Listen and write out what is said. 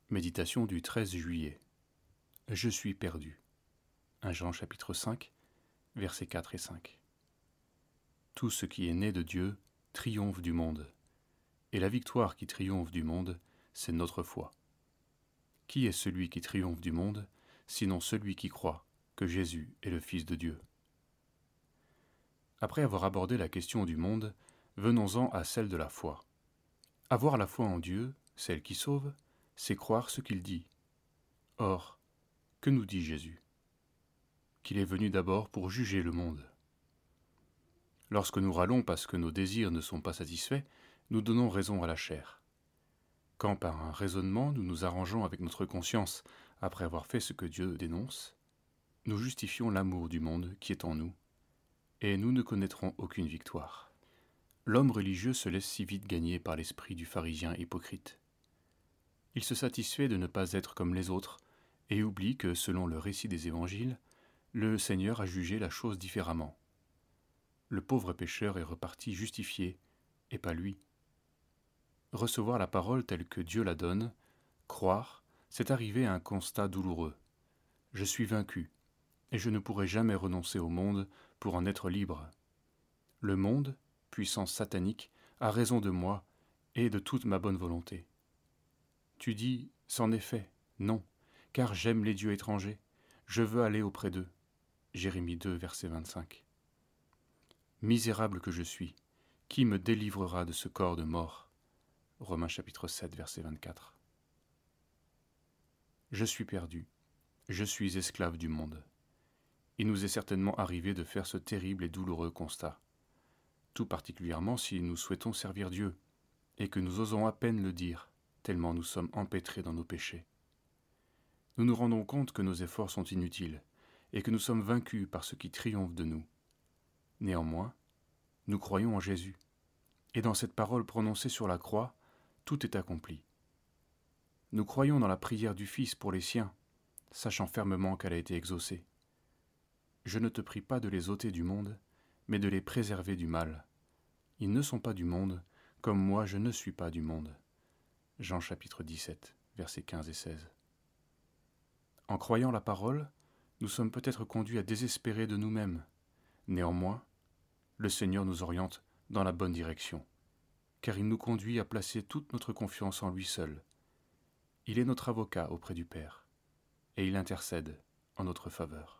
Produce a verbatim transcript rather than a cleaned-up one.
Méditation du treize juillet. Je suis perdu. un Jean chapitre cinq, versets quatre et cinq. Tout ce qui est né de Dieu triomphe du monde, et la victoire qui triomphe du monde, c'est notre foi. Qui est celui qui triomphe du monde, sinon celui qui croit que Jésus est le Fils de Dieu? Après avoir abordé la question du monde, venons-en à celle de la foi. Avoir la foi en Dieu, celle qui sauve, c'est croire ce qu'il dit. Or, que nous dit Jésus? Qu'il est venu d'abord pour juger le monde. Lorsque nous râlons parce que nos désirs ne sont pas satisfaits, nous donnons raison à la chair. Quand par un raisonnement nous nous arrangeons avec notre conscience après avoir fait ce que Dieu dénonce, nous justifions l'amour du monde qui est en nous, et nous ne connaîtrons aucune victoire. L'homme religieux se laisse si vite gagner par l'esprit du pharisien hypocrite. Il se satisfait de ne pas être comme les autres et oublie que, selon le récit des évangiles, le Seigneur a jugé la chose différemment. Le pauvre pécheur est reparti justifié, et pas lui. Recevoir la parole telle que Dieu la donne, croire, c'est arriver à un constat douloureux. Je suis vaincu, et je ne pourrai jamais renoncer au monde pour en être libre. Le monde, puissance satanique, a raison de moi et de toute ma bonne volonté. Tu dis, c'en est fait, non, car j'aime les dieux étrangers, je veux aller auprès d'eux. Jérémie deux, verset vingt-cinq. Misérable que je suis, qui me délivrera de ce corps de mort? Romains chapitre sept, verset vingt-quatre. Je suis perdu, je suis esclave du monde. Il nous est certainement arrivé de faire ce terrible et douloureux constat, tout particulièrement si nous souhaitons servir Dieu, et que nous osons à peine le dire, tellement nous sommes empêtrés dans nos péchés. Nous nous rendons compte que nos efforts sont inutiles, et que nous sommes vaincus par ce qui triomphe de nous. Néanmoins, nous croyons en Jésus, et dans cette parole prononcée sur la croix, tout est accompli. Nous croyons dans la prière du Fils pour les siens, sachant fermement qu'elle a été exaucée. Je ne te prie pas de les ôter du monde, mais de les préserver du mal. Ils ne sont pas du monde, comme moi je ne suis pas du monde. Jean chapitre dix-sept, versets quinze et seize. En croyant la parole, nous sommes peut-être conduits à désespérer de nous-mêmes. Néanmoins, le Seigneur nous oriente dans la bonne direction, car il nous conduit à placer toute notre confiance en lui seul. Il est notre avocat auprès du Père, et il intercède en notre faveur.